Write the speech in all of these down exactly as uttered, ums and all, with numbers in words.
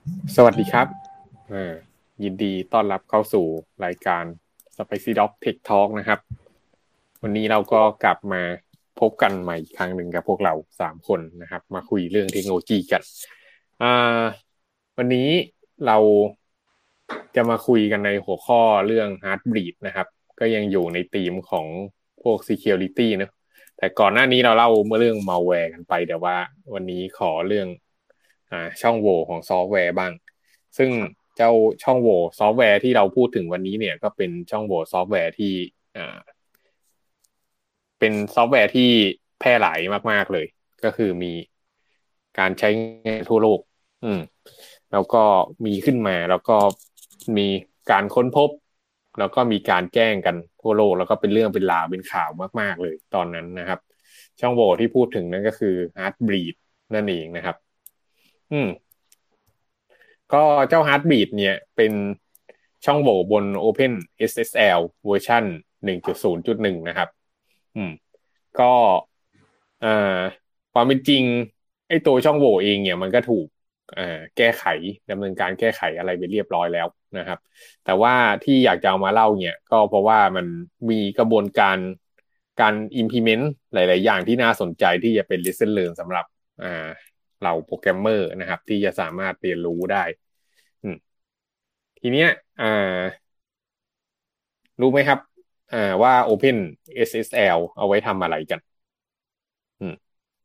สวัสดีครับอ่ายินดีต้อนรับเข้าสู่รายการ Spicy Dog Tech Talk นะครับวันนี้เราก็กลับมาพบกันใหม่อีกครั้งหนึ่งกับพวกเราสามคนนะครับมาคุยเรื่องเทคโนโลยีกันอ่าวันนี้เราจะมาคุยกันในหัวข้อเรื่อง Heartbleed นะครับก็ยังอยู่ในธีมของพวก Security เนอะแต่ก่อนหน้านี้เราเล่าเมื่อเรื่อง malware กันไปแต่ว่าวันนี้ขอเรื่องอ่าช่องโหว่ของซอฟต์แวร์บ้าง ซึ่งเจ้าช่องโหว่ซอฟต์แวร์ที่เราพูดถึงวันนี้เนี่ยก็เป็นช่องโหว่ซอฟต์แวร์ที่อ่าเป็นซอฟต์แวร์ที่แพร่หลายมากๆเลยก็คือมีการใช้งานทั่วโลกอืมแล้วก็มีขึ้นมาแล้วก็มีการค้นพบแล้วก็มีการแจ้งกันทั่วโลกแล้วก็เป็นเรื่องเป็นราวเป็นข่าวมากๆเลยตอนนั้นนะครับช่องโหว่ที่พูดถึงนั่นก็คือ Heartbleed นั่นเองนะครับอืม ก็เจ้า Heartbeat เนี่ยเป็นช่องโหว่บน Open เอส เอส แอล เวอร์ชันหนึ่งจุดศูนย์จุดหนึ่งนะครับอืมก็อ่าความเป็นจริงไอ้ตัวช่องโหว่เองเนี่ยมันก็ถูกอ่าแก้ไขดำเนินการแก้ไขอะไรไปเรียบร้อยแล้วนะครับแต่ว่าที่อยากจะเอามาเล่าเนี่ยก็เพราะว่ามันมีกระบวนการการ implement หลายๆอย่างที่น่าสนใจที่จะเป็น lesson learn สำหรับอ่า เราโปรแกรมเมอร์นะครับที่จะสามารถเรียนรู้ได้อืมทีเนี้ยอ่ารู้ไหมครับอ่าว่า Open เอส เอส แอล เอสเอสแอลเอาไว้ทำอะไรกันอืม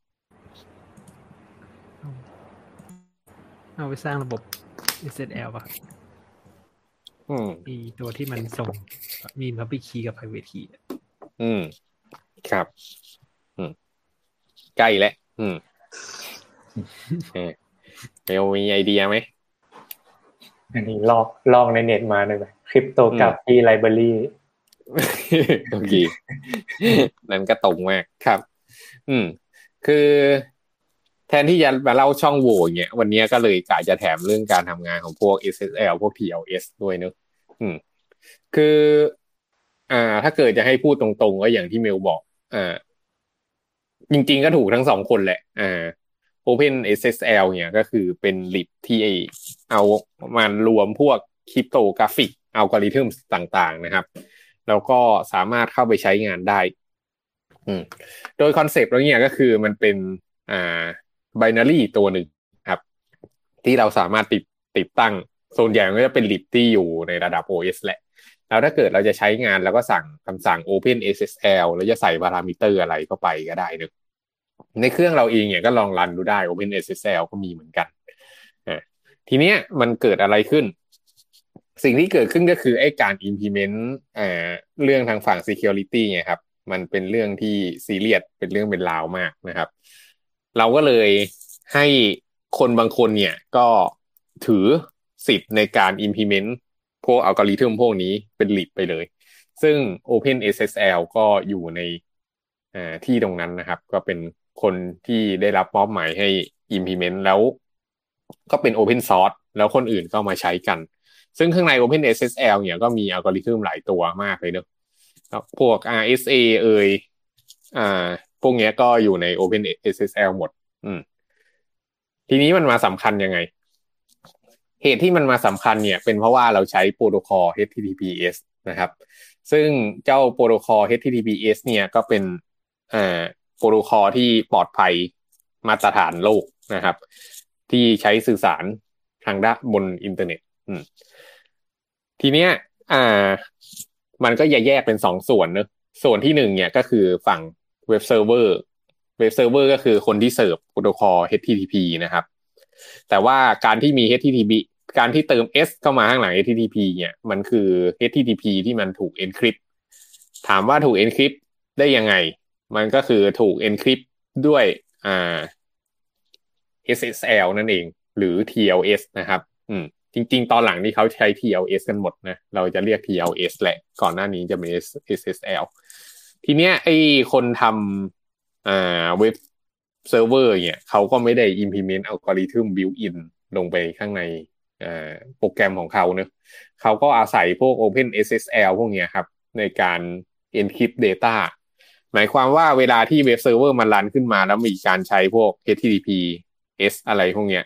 เอาไปสร้างระบบ เอส เอส แอล ป่ะอืมมีตัวที่มันส่งมี Public Key กับ Private Key อะอืมครับอืมใกล้แล้วอืมเออเมลมีไอเดียไหมอันนี้ลอกลอกในเน็ตมาเลยไหมคริปโตอืมกราฟีไลบรารีโอเคนั่นก็ตรงมากครับอืมคือแทนที่จะมาเล่าช่องโหว่อย่างเงี้ยวันนี้ก็เลยกะจะแถมเรื่องการทำงานของพวก เอส เอส แอล พวก ที แอล เอส ด้วยเนอะอืมคืออ่าถ้าเกิดจะให้พูดตรงๆก็อย่างที่เมลบอกอ่าจริงๆก็ถูกทั้งสองคนแหละอ่า Open เอส เอส แอล เนี่ยก็คือเป็น lib ที่เอามารวมพวกคริปโตกราฟิกอัลกอริทึมต่างๆนะครับแล้วก็สามารถเข้าไปใช้งานได้อืมโดยคอนเซปต์แล้วเนี่ยก็คือมันเป็นอ่า binary ตัวหนึ่งครับที่เราสามารถติดติดตั้งส่วนใหญ่มันก็จะเป็น lib ที่อยู่ในระดับ โอ เอส แหละแล้วถ้าเกิดเราจะใช้งานแล้วก็สั่งคำสั่ง Open เอส เอส แอล แล้วจะใส่พารามิเตอร์อะไรเข้าไปก็ได้เนอะในเครื่องเราเองเนี่ยก็ลองรันดูได้ Open เอส เอส แอล ก็มีเหมือนกันอ่าทีเนี้ยมันเกิดอะไรขึ้นสิ่งที่เกิดขึ้นก็คือไอ้การ implement อ่าเรื่องทางฝั่ง security เนี่ยครับมันเป็นเรื่องที่ซีเรียสเป็นเรื่องเป็นราวมากนะครับเราก็เลยให้คนบางคนเนี่ยก็ถือสิทธิ์ในการ implement พวกอัลกอริทึมพวกนี้เป็น lead ไปเลยซึ่ง Open เอส เอส แอล ก็อยู่ในอ่าที่ตรงนั้นนะครับก็เป็นคนที่ได้รับมอบหมายให้ implement แล้วก็เป็น Open Source แล้วคนอื่นก็มาใช้กัน ซึ่งข้างใน Open เอส เอส แอล เนี่ยก็มีอัลกอริทึมหลายตัวมากเลยเนอะพวก อาร์ เอส เอ เอเอ่ยอ่าพวกเนี้ยก็อยู่ใน Open เอส เอส แอล หมดอืมทีนี้มันมาสำคัญยังไง เหตุที่มันมาสำคัญเนี่ยเป็นเพราะว่าเราใช้โปรโตคอล เอช ที ที พี เอส นะครับซึ่งเจ้าโปรโตคอล เอช ที ที พี เอส เนี่ยก็เป็นอ่าโปรโตคอลที่ปลอดภัยมาตรฐานโลกนะครับที่ใช้สื่อสารทางด้านบนอินเทอร์เน็ตอืมทีเนี้ยอ่ามันก็จะแยกเป็นสองส่วนเนอะส่วนที่หนึ่งเนี่ยก็คือฝั่งเว็บเซิร์ฟเวอร์เว็บเซิร์ฟเวอร์ก็คือคนที่เสิร์ฟโปรโตคอล เอช ที ที พี นะครับแต่ว่าการที่มี เอช ที ที พี การที่เติม S เข้ามาข้างหลัง เอช ที ที พี เนี่ยมันคือ เอช ที ที พี ที่มันถูก encrypt ถามว่าถูก encrypt ได้ยังไงมันก็คือถูก encrypt ด้วยอ่า เอส เอส แอล นั่นเองหรือ ที แอล เอส นะครับอืมจริงๆตอนหลังนี่เขาใช้ ที แอล เอส กันหมดนะเราจะเรียก ที แอล เอส แหละก่อนหน้านี้จะเป็น เอส เอส แอล ทีเนี้ยไอ้คนทำอ่าเว็บเซิร์ฟเวอร์เนี่ยเขาก็ไม่ได้ implement อัลกอริทึม built in ลงไปข้างในอ่าโปรแกรมของเขาเนอะเขาก็อาศัยพวก Open เอส เอส แอล พวกเนี้ยครับในการ encrypt data หมายความว่าเวลาที่เว็บเซิร์ฟเวอร์มันรันขึ้นมาแล้วมีการใช้พวก เอช ที ที พี เอส อะไรพวกเนี้ย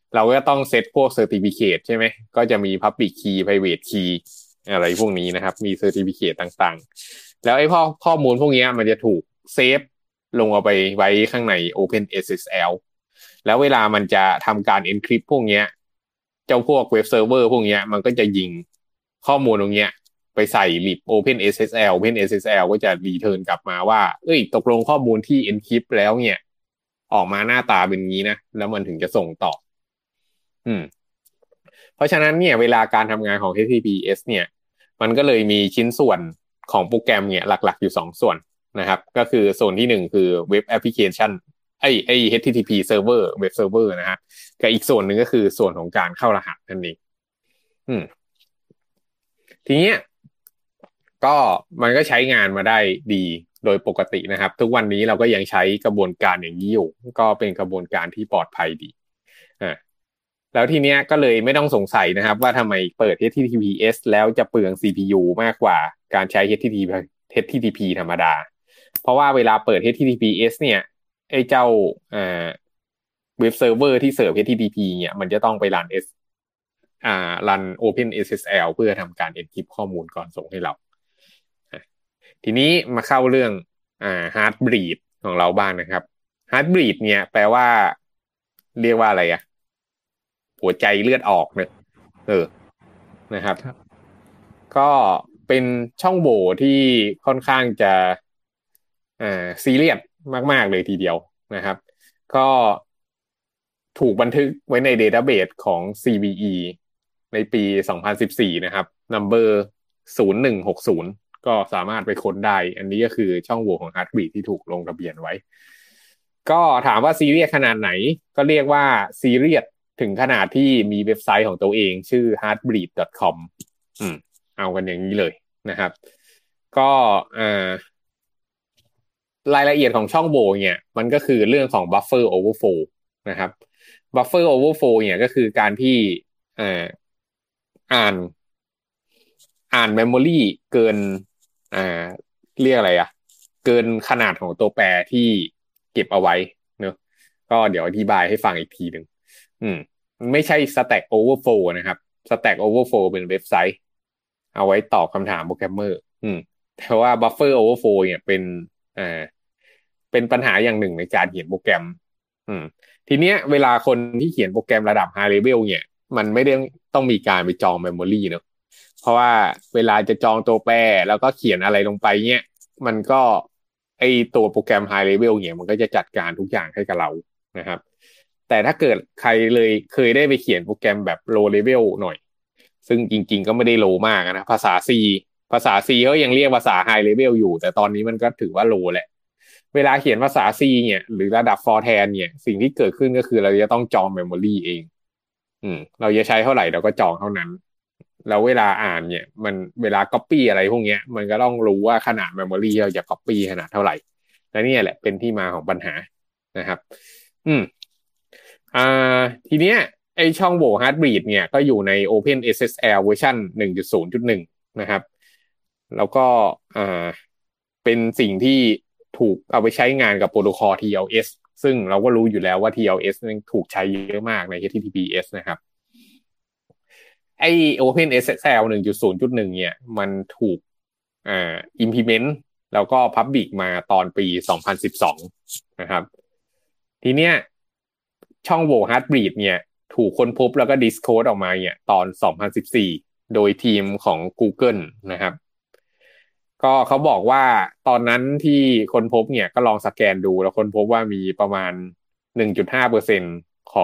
เราก็ต้องเซตพวก certificate ใช่ไหมก็จะมี public key private key อะไรพวกนี้นะครับมี certificate ต่างๆแล้วไอ้พอข้อมูลพวกนี้มันจะถูกเซฟลงเอาไปไว้ข้างใน OpenSSL แล้วเวลามันจะทำการ encrypt พวกนี้เจ้าพวกเว็บเซิร์ฟเวอร์พวกนี้มันก็จะยิงข้อมูลตรงเนี้ยไปใส่ lib OpenSSL OpenSSL ก็จะ return กลับมาว่าเอ้ยตกลงข้อมูลที่ encrypt แล้วเนี่ยออกมาหน้าตาเป็นงี้นะแล้วมันถึงจะส่งต่ออืมเพราะฉะนั้นเนี่ยเวลาการทำงานของ เอช ที ที พี เอส เนี่ยมันก็เลยมีชิ้นส่วนของโปรแกรมเนี่ยหลักๆอยู่สองส่วนนะครับก็คือส่วนที่หนึ่งคือเว็บแอปพลิเคชันไอ้ไอ้ เอช ที ที พี server เว็บเซิร์ฟเวอร์นะฮะกับอีกส่วนหนึ่งก็คือส่วนของการเข้ารหัสนั่นเองอืมทีเนี้ยก็มันก็ใช้งานมาได้ดีโดยปกตินะครับทุกวันนี้เราก็ยังใช้กระบวนการอย่างนี้อยู่ก็เป็นกระบวนการที่ปลอดภัยดีอ่าแล้วทีเนี้ยก็เลยไม่ต้องสงสัยนะครับว่าทำไมเปิด เอช ที ที พี เอส แล้วจะเปลือง ซี พี ยู มากกว่าการใช้ เอช ที ที พี เอช ที ที พี ธรรมดาเพราะว่าเวลาเปิด เอช ที ที พี เอส เนี่ยไอ้เจ้าอ่าเว็บเซิร์ฟเวอร์ที่เสิร์ฟ เอช ที ที พี เนี่ยมันจะต้องไปรัน S อ่ารัน OpenSSL เพื่อทำการ encrypt ข้อมูลก่อนส่งให้เราทีนี้มาเข้าเรื่องอ่า Heartbleed ของเราบ้างนะครับ Heartbleed เนี่ยแปลว่าเรียกว่าอะไรอะหัวใจเลือดออกเนอะเออนะครับก็เป็นช่องโหว่ที่ค่อนข้างจะอ่าซีเรียสมากๆเลยทีเดียวนะครับก็ถูกบันทึกไว้ในเดต้าเบสของ ซี วี อี ในปีสองพันสิบสี่นะครับ number ศูนย์หนึ่งหกศูนย์ก็สามารถไปค้นได้อันนี้ก็คือช่องโหว่ของ Heartbleed ที่ถูกลงทะเบียนไว้ก็ถามว่าซีเรียสขนาดไหนก็เรียกว่าซีเรียสถึงขนาดที่มีเว็บไซต์ของตัวเองชื่อ heartbleed ดอท คอม อืมเอากันอย่างนี้เลยนะครับก็อ่ารายละเอียดของช่องโหว่เนี่ยมันก็คือเรื่องของ buffer overflow นะครับ buffer overflow เนี่ยก็คือการที่อ่าอ่านอ่านเมมโมรี่เกินอ่าเรียกอะไรอะเกินขนาดของตัวแปรที่เก็บเอาไว้เนอะก็เดี๋ยวอธิบายให้ฟังอีกทีหนึ่งอืมไม่ใช่ Stack Overflow นะครับ Stack Overflow เป็นเว็บไซต์เอาไว้ตอบคำถามโปรแกรมเมอร์อืมแต่ว่า Buffer Overflow เนี่ยเป็นอ่าเป็นปัญหาอย่างหนึ่งในการเขียนโปรแกรมอืมทีเนี้ยเวลาคนที่เขียนโปรแกรมระดับ High Level เนี่ยมันไม่ได้ต้องมีการไปจองเมมโมรี่เนอะเพราะว่าเวลาจะจองตัวแปรแล้วก็เขียนอะไรลงไปเนี่ยมันก็ไอตัวโปรแกรม High Level เนี่ยมันก็จะจัดการทุกอย่างให้กับเรานะครับแต่ถ้าเกิดใครเลยเคยได้ไปเขียนโปรแกรมแบบ Low Level หน่อยซึ่งจริงๆก็ไม่ได้โลมากนะภาษา C ภาษา C เขายังเรียกภาษา High Level อยู่แต่ตอนนี้มันก็ถือว่าโลแหละเวลาเขียนภาษา C เนี่ยหรือระดับ Fortran เนี่ยสิ่งที่เกิดขึ้นก็คือเราจะต้องจองเมมโมรี่เองอืมเราจะใช้เท่าไหร่เราก็จองเท่านั้นแล้วเวลาอ่านเนี่ยมันเวลา copy อะไรพวกเนี้ยมันก็ต้องรู้ว่าขนาดเมมโมรี่เราจะ copy ขนาดเท่าไหร่และนี่แหละเป็นที่มาของปัญหานะครับอืมอ่าทีเนี้ยไอช่องโหว่ Heartbleed เนี่ยก็อยู่ใน OpenSSL เวอร์ชัน หนึ่งจุดศูนย์จุดหนึ่ง นะครับแล้วก็อ่าเป็นสิ่งที่ถูกเอาไปใช้งานกับโปรโตคอล ที แอล เอส ซึ่งเราก็รู้อยู่แล้วว่า ที แอล เอส นั้นถูกใช้เยอะมากใน เอช ที ที พี เอส นะครับไอ้ OpenSSL หนึ่งจุดศูนย์จุดหนึ่ง เนี่ยมันถูกอ่า implement แล้วก็ public มาตอนปีสองพันสิบสองนะครับทีเนี้ยช่องโหว่ Heartbleed เนี่ยถูกค้นพบแล้วก็ disclose ออกมาเนี่ยตอนสองพันสิบสี่โดยทีมของ Google นะครับก็เขาบอกว่าตอนนั้นที่ค้นพบเนี่ยก็ลองสแกนดูแล้วค้นพบว่ามีประมาณ หนึ่งจุดห้าเปอร์เซ็นต์ ของ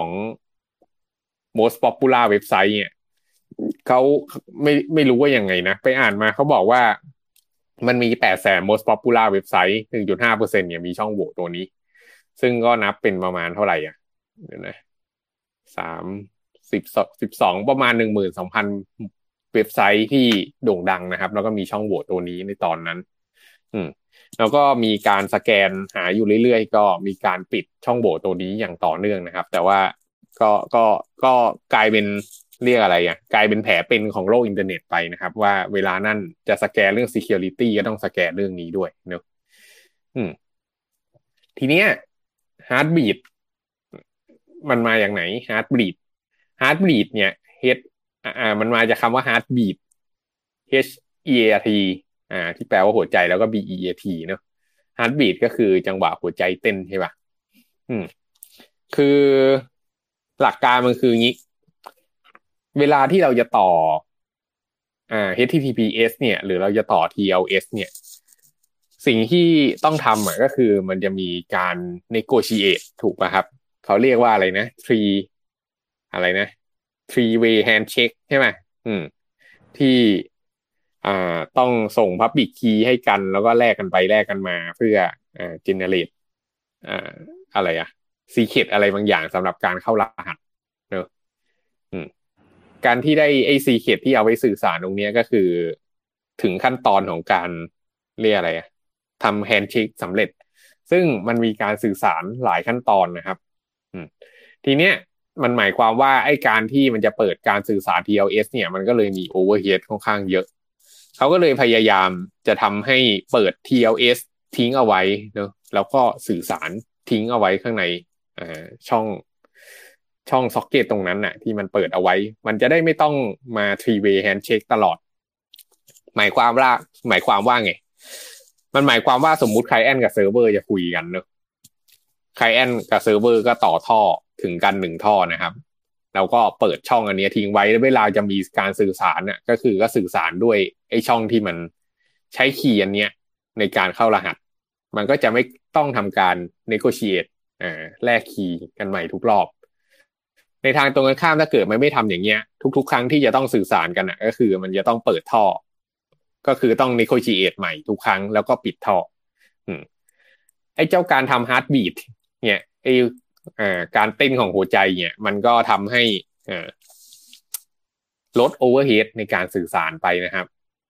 most popular เว็บไซต์เนี่ยเขาไม่ไม่รู้ว่ายังไงนะไปอ่านมาเขาบอกว่ามันมี แปดแสน most popular เว็บไซต์ หนึ่งจุดห้าเปอร์เซ็นต์ เนี่ยมีช่องโหว่ตัวนี้ซึ่งก็นับเป็นประมาณเท่าไหร่อ่ะเดี๋ยวนะสามสิบสิบสองประมาณ หนึ่งหมื่นสองพัน เว็บไซต์ที่โด่งดังนะครับแล้วก็มีช่องโหว่ตัวนี้ในตอนนั้นอืมแล้วก็มีการสแกนหาอยู่เรื่อยๆก็มีการปิดช่องโหว่ตัวนี้อย่างต่อเนื่องนะครับแต่ว่าก็ก็ก็กลายเป็นเรียกอะไรอ่ะกลายเป็นแผลเป็นของโลกอินเทอร์เน็ตไปนะครับว่าเวลานั่นจะสแกนเรื่อง security ก็ต้องสแกนเรื่องนี้ด้วยเนอะอืมทีเนี้ย Heartbleed มันมาอย่างไหน Heartbleed heartbeat เนี่ย H อ่ามันมาจากคำว่า heartbeat H E A T อ่าที่แปลว่าหัวใจแล้วก็ B E A T เนอะ heartbeat ก็คือจังหวะหัวใจเต้นใช่ป่ะอืมคือหลักการมันคืองี้เวลาที่เราจะต่ออ่า เอช ที ที พี เอส เนี่ยหรือเราจะต่อ ที แอล เอส เนี่ยสิ่งที่ต้องทำอ่ะก็คือมันจะมีการ negotiate ถูกป่ะครับเขาเรียกว่าอะไรนะ three อะไรนะ three way handshake ใช่ไหมอืมที่อ่าต้องส่ง public key ให้กันแล้วก็แลกกันไปแลกกันมาเพื่ออ่า generate อ่าอะไรอะ secret อะไรบางอย่างสำหรับการเข้ารหัสเนอะอืมการที่ได้ไอ้ secret ที่เอาไว้สื่อสารตรงเนี้ยก็คือถึงขั้นตอนของการเรียกอะไรอะทำ handshake สำเร็จซึ่งมันมีการสื่อสารหลายขั้นตอนนะครับอืมทีเนี้ยมันหมายความว่าไอ้การที่มันจะเปิดการสื่อสาร ที แอล เอส เนี่ยมันก็เลยมี overhead ค่อนข้างเยอะเขาก็เลยพยายามจะทำให้เปิด ที แอล เอส ทิ้งเอาไว้เนอะแล้วก็สื่อสารทิ้งเอาไว้ข้างในอ่าช่องช่องซ็อกเก็ตตรงนั้นน่ะที่มันเปิดเอาไว้มันจะได้ไม่ต้องมา three way handshake ตลอดหมายความว่าหมายความว่าไงมันหมายความว่าสมมุติไคลเอนต์กับเซิร์ฟเวอร์จะคุยกันเนอะไคลเอนต์กับเซิร์ฟเวอร์ก็ต่อท่อถึงกันหนึ่งท่อนะครับแล้วก็เปิดช่องอันนี้ทิ้งไว้แล้วเวลาจะมีการสื่อสารน่ะก็คือก็สื่อสารด้วยไอ้ช่องที่มันใช้คีย์อันเนี้ยในการเข้ารหัสมันก็จะไม่ต้องทำการ negotiate อ่าแลกคีย์กันใหม่ทุกรอบในทางตรงกันข้ามถ้าเกิดมันไม่ทำอย่างเงี้ยทุกๆครั้งที่จะต้องสื่อสารกันอ่ะก็คือมันจะต้องเปิดท่อก็คือต้อง negotiate ใหม่ทุกครั้งแล้วก็ปิดท่ออืมไอ้เจ้าการทำ heartbeat เนี่ยไอ้อ่าการเต้นของหัวใจเนี่ยมันก็ทำให้อ่าลด overhead ในการสื่อสารไปนะครับ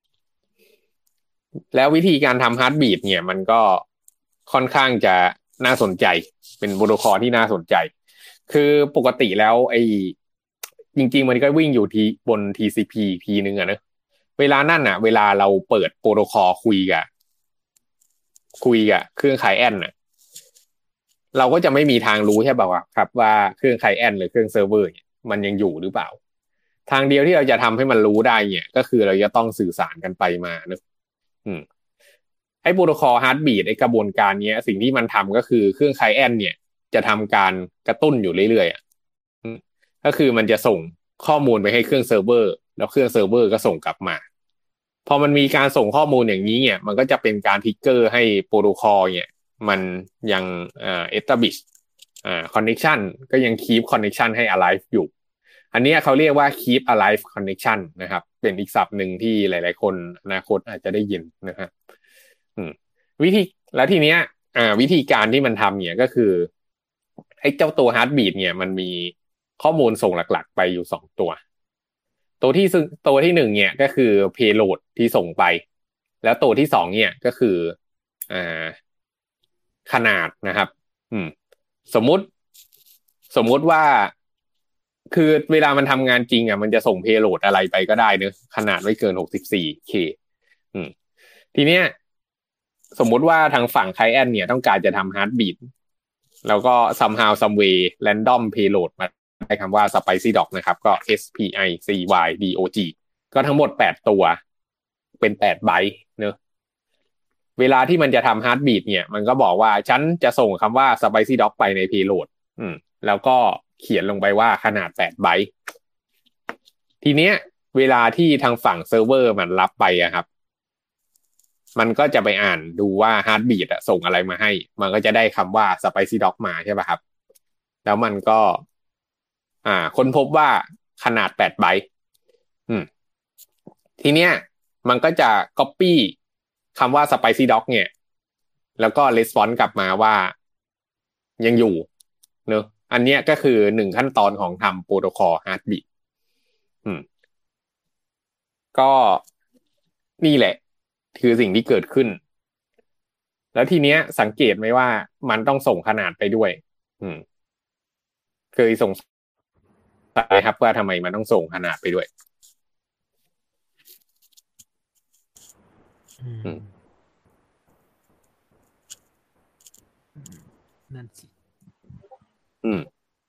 แล้ววิธีการทำ heartbeat เนี่ยมันก็ค่อนข้างจะน่าสนใจเป็นโปรโตคอลที่น่าสนใจคือปกติแล้วไอ้จริงๆมันก็วิ่งอยู่ที่บน ที ซี พี ทีนึงอะนะเวลานั่นอะเวลาเราเปิดโปรโตคอลคุยกับคุยกับเครื่องไคลเอนต์อะเราก็จะไม่มีทางรู้ใช่ป่าวครับว่าเครื่องไคลเอนต์หรือเครื่องเซิร์ฟเวอร์เนี่ยมันยังอยู่หรือเปล่าทางเดียวที่เราจะทำให้มันรู้ได้เนี่ยก็คือเราจะต้องสื่อสารกันไปมาเนอะอืม ไอ้โปรโตคอลฮาร์ทบีทไอ้กระบวนการนี้สิ่งที่มันทำก็คือเครื่องไคลเอนต์เนี่ยจะทำการกระตุ้นอยู่เรื่อยๆก็คือมันจะส่งข้อมูลไปให้เครื่องเซิร์ฟเวอร์แล้วเครื่องเซิร์ฟเวอร์ก็ส่งกลับมาพอมันมีการส่งข้อมูลอย่างนี้เนี่ยมันก็จะเป็นการทริกเกอร์ให้โปรโตคอลเนี่ยมันยังเอ่อ establish อ่า connection ก็ยัง keep connection ให้ alive อยู่อันนี้เขาเรียกว่า keep alive connection นะครับเป็นอีกศัพท์หนึ่งที่หลายๆคนอนาคตอาจจะได้ยินนะครับอืมวิธีแล้วทีเนี้ยอ่าวิธีการที่มันทำเนี่ยก็คือไอ้เจ้าตัว heartbeat เนี่ยมันมีข้อมูลส่งหลักๆไปอยู่สองตัวตัวที่ซึ่งตัวที่หนึ่งเนี่ยก็คือ payload ที่ส่งไปแล้วตัวที่สองเนี่ยก็คืออ่าขนาดนะครับอืมสมมุติสมมุติว่าคือเวลามันทำงานจริงอ่ะมันจะส่ง payload อะไรไปก็ได้เนอะขนาดไม่เกิน หกสิบสี่ เค อืมทีเนี้ยสมมุติว่าทางฝั่ง client เนี่ยต้องการจะทำ heartbeat แล้วก็ somehow some way random payload มาได้คำว่า spicy dog นะครับก็ S P I C Y D O G ก็ทั้งหมดแปดตัวเป็นแปดไบต์เนอะเวลาที่มันจะทำ heartbeat เนี่ยมันก็บอกว่าฉันจะส่งคำว่า spicy dog ไปใน payload อืมแล้วก็เขียนลงไปว่าขนาดแปดไบต์ทีเนี้ยเวลาที่ทางฝั่งเซิร์ฟเวอร์มันรับไปอะครับมันก็จะไปอ่านดูว่า heartbeat อะส่งอะไรมาให้มันก็จะได้คำว่า spicy dog มาใช่ป่ะครับแล้วมันก็อ่าค้นพบว่าขนาดแปดไบต์อืมทีเนี้ยมันก็จะ copy คำว่า spicy dog เนี่ยแล้วก็ response กลับมาว่ายังอยู่เนอะอันเนี้ยก็คือหนึ่งขั้นตอนของทำโปรโตคอล heartbeat อืมก็นี่แหละคือสิ่งที่เกิดขึ้นแล้วทีเนี้ยสังเกตไหมว่ามันต้องส่งขนาดไปด้วยอืมเคยสงสัยไหมครับว่าทำไมมันต้องส่งขนาดไปด้วยอืมอืมนั่นสิอืม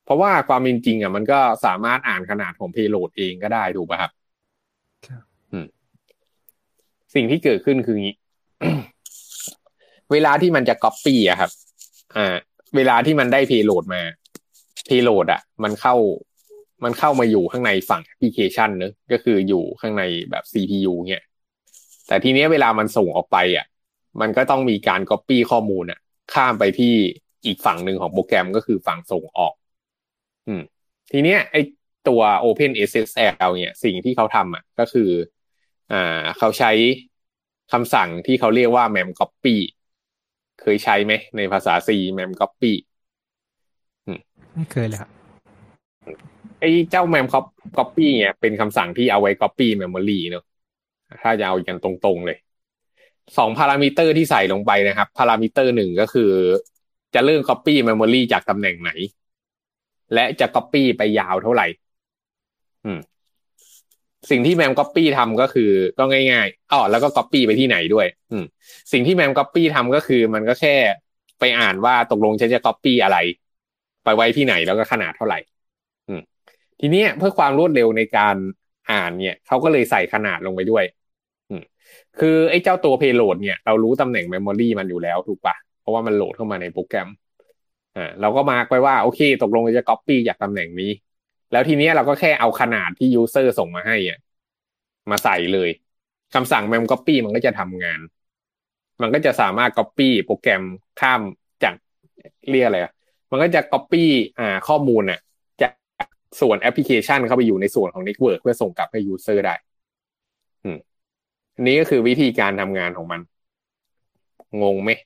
เพราะว่าความเป็นจริงอ่ะมันก็สามารถอ่านขนาดของ payload เองก็ได้ถูกป่ะครับครับอืมสิ่งที่เกิดขึ้นคืองี้ เวลาที่มันจะ copy อะครับอ่าเวลาที่มันได้ payload มา payload อ่ะมันเข้ามันเข้ามาอยู่ข้างในฝั่งแอปพลิเคชันเนอะก็คืออยู่ข้างในแบบ ซี พี ยู เนี่ยแต่ทีเนี้ยเวลามันส่งออกไปอ่ะมันก็ต้องมีการ copy ข้อมูลอ่ะข้ามไปที่อีกฝั่งหนึ่งของโปรแกรมก็คือฝั่งส่งออกอืมทีเนี้ยไอตัว OpenSSL เนี่ยสิ่งที่เขาทำอ่ะก็คืออ่าเขาใช้คำสั่งที่เขาเรียกว่า memcopy เคยใช้ไหมในภาษา C memcopy อืมไม่เคยเลยครับไอ้เจ้า memcopy เนี่ยเป็นคำสั่งที่เอาไว้ copy memory เนอะถ้าจะเอากันตรงๆเลยสองพารามิเตอร์ที่ใส่ลงไปนะครับพารามิเตอร์หนึ่งก็คือจะเริ่ม copy memory จากตำแหน่งไหนและจะ copy ไปยาวเท่าไหร่อืมสิ่งที่ memcopy ทำก็คือก็ง่ายๆอ๋อแล้วก็ copy ไปที่ไหนด้วยอืมสิ่งที่ memcopy ทำก็คือมันก็แค่ไปอ่านว่าตกลงฉันจะ copy อะไรไปไว้ที่ไหนแล้วก็ขนาดเท่าไหร่อืม ทีเนี้ยเพื่อความรวดเร็วในการอ่านเนี่ยเขาก็เลยใส่ขนาดลงไปด้วยอืมคือไอ้เจ้าตัว payload เนี่ยเรารู้ตำแหน่ง memory มันอยู่แล้วถูกปะเพราะว่ามันโหลดเข้ามาในโปรแกรมอ่าเราก็มาร์กไว้ว่าโอเคตกลงจะ copy จากตำแหน่งนี้แล้วทีเนี้ยเราก็แค่เอาขนาดที่ user ส่งมาให้อ่ะมาใส่เลยคำสั่ง memcopy มันก็จะทำงานมันก็จะสามารถ copy โปรแกรมข้ามจากเรียกอะไรอ่ะมันก็จะ copy อ่าข้อมูลน่ะ ส่วนแอปพลิเคชันเข้าไปอยู่ในส่วนของเน็ตเวิร์กเพื่อส่งกลับให้ยูเซอร์ได้อืมอันนี้ก็คือวิธีการทำงานของมันงงไหม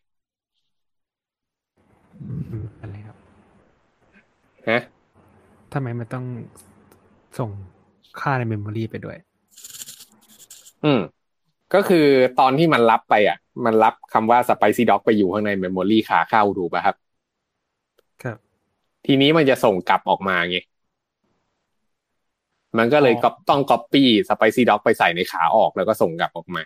อืมอะไรครับฮะทำไมมันต้องส่งค่าในเมมโมรีไปด้วยอืมก็คือตอนที่มันรับไปอ่ะมันรับคำว่า spicy dog ไปอยู่ข้างในเมมโมรีขาเข้าถูกป่ะครับครับทีนี้มันจะส่งกลับออกมาไงมันก็อ๋อเลยก็ต้อง copy spicy dog ไปใส่ในขาออกแล้วก็ส่งกลับออกมา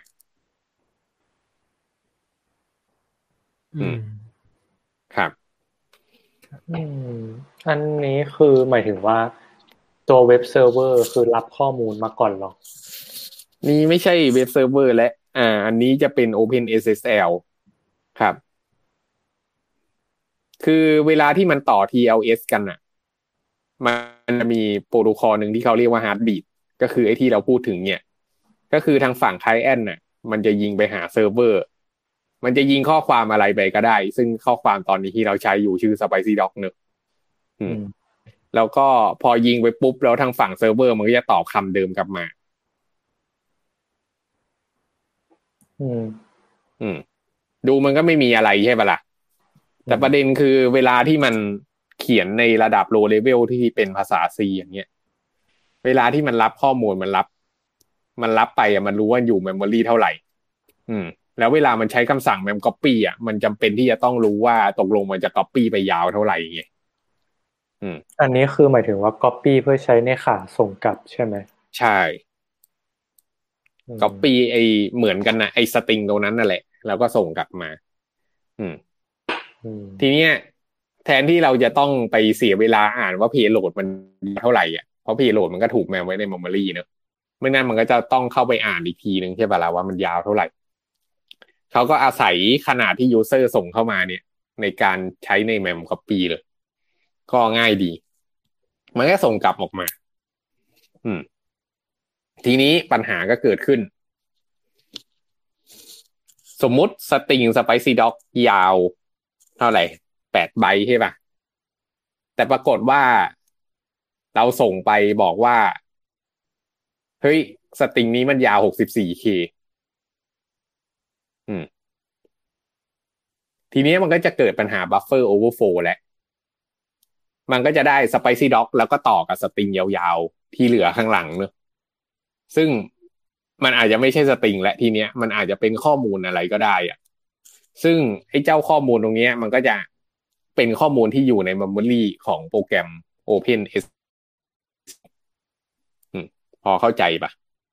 อืมอืมครับอืมอันนี้คือหมายถึงว่าตัวเว็บเซิร์ฟเวอร์คือรับข้อมูลมาก่อนหรอนี่ไม่ใช่เว็บเซิร์ฟเวอร์และอ่าอันนี้จะเป็น OpenSSL ครับคือเวลาที่มันต่อ ที แอล เอส กันอ่ะ มันจะมีโปรโตคอลหนึ่งที่เขาเรียกว่า heartbeat ก็คือไอ้ที่เราพูดถึงเนี่ยก็คือทางฝั่ง client น่ะมันจะยิงไปหาเซิร์ฟเวอร์มันจะยิงข้อความอะไรไปก็ได้ซึ่งข้อความตอนนี้ที่เราใช้อยู่ชื่อ spicy dog เนอะอืมอืมแล้วก็พอยิงไปปุ๊บแล้วทางฝั่งเซิร์ฟเวอร์มันก็จะตอบคำเดิมกลับมาอืมอืมดูมันก็ไม่มีอะไรใช่ปะล่ะอืมแต่ประเด็นคือเวลาที่มันเขียนในระดับ low level ที่เป็นภาษา C อย่างเงี้ยเวลาที่มันรับข้อมูลมันรับมันรับไปอ่ะมันรู้ว่าอยู่ memory เท่าไหร่ อืมแล้วเวลามันใช้คำสั่ง memcopy อ่ะมันจำเป็นที่จะต้องรู้ว่าตกลงมันจะ copy ไปยาวเท่าไหร่ไงอืมอันนี้คือหมายถึงว่า copy เพื่อใช้ในขาส่งกลับใช่ไหมใช่อืม copy ไอเหมือนกันนะไอสตริงตรงนั้นนั่นแหละแล้วก็ส่งกลับมาอืมอืมทีเนี้ยแทนที่เราจะต้องไปเสียเวลาอ่านว่า payload มันเท่าไหร่อ่ะเพราะ payload มันก็ถูกแมวไว้ใน memory เนอะไม่นั้นมันก็จะต้องเข้าไปอ่านอีกทีนึงใช่ป่ะล่ะว่ามันยาวเท่าไหร่เขาก็อาศัยขนาดที่ user ส่งเข้ามาเนี่ยในการใช้ใน mem copy เลยก็ง่ายดีมันก็ส่งกลับออกมาอืมทีนี้ปัญหาก็เกิดขึ้นสมมุติสตริง spicy dog ยาวเท่าไหร่แปดไบต์ใช่ป่ะแต่ปรากฏว่าเราส่งไปบอกว่าเฮ้ยสตริงนี้มันยาว หกสิบสี่เค อืมทีนี้มันก็จะเกิดปัญหา buffer overflow แหละมันก็จะได้ spicy dog แล้วก็ต่อกับสตริงยาวๆที่เหลือข้างหลังเนอะซึ่งมันอาจจะไม่ใช่สตริงและทีเนี้ยมันอาจจะเป็นข้อมูลอะไรก็ได้อะซึ่งไอ้เจ้าข้อมูลตรงเนี้ยมันก็จะเป็นข้อมูลที่อยู่ใน memory ของโปรแกรม OpenSSL อืมพอเข้าใจปะ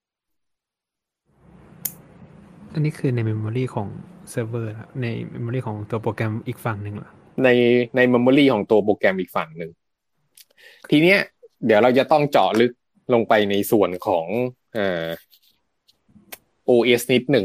อันนี้คือในเมมโมรีของเซิร์ฟเวอร์ครับในเมมโมรีของตัวโปรแกรมอีกฝั่งหนึ่งเหรอในใน memory ของตัวโปรแกรมอีกฝั่งหนึ่งทีเนี้ยเดี๋ยวเราจะต้องเจาะลึกลงไปในส่วนของเอ่อ โอ เอส นิดหนึ่ง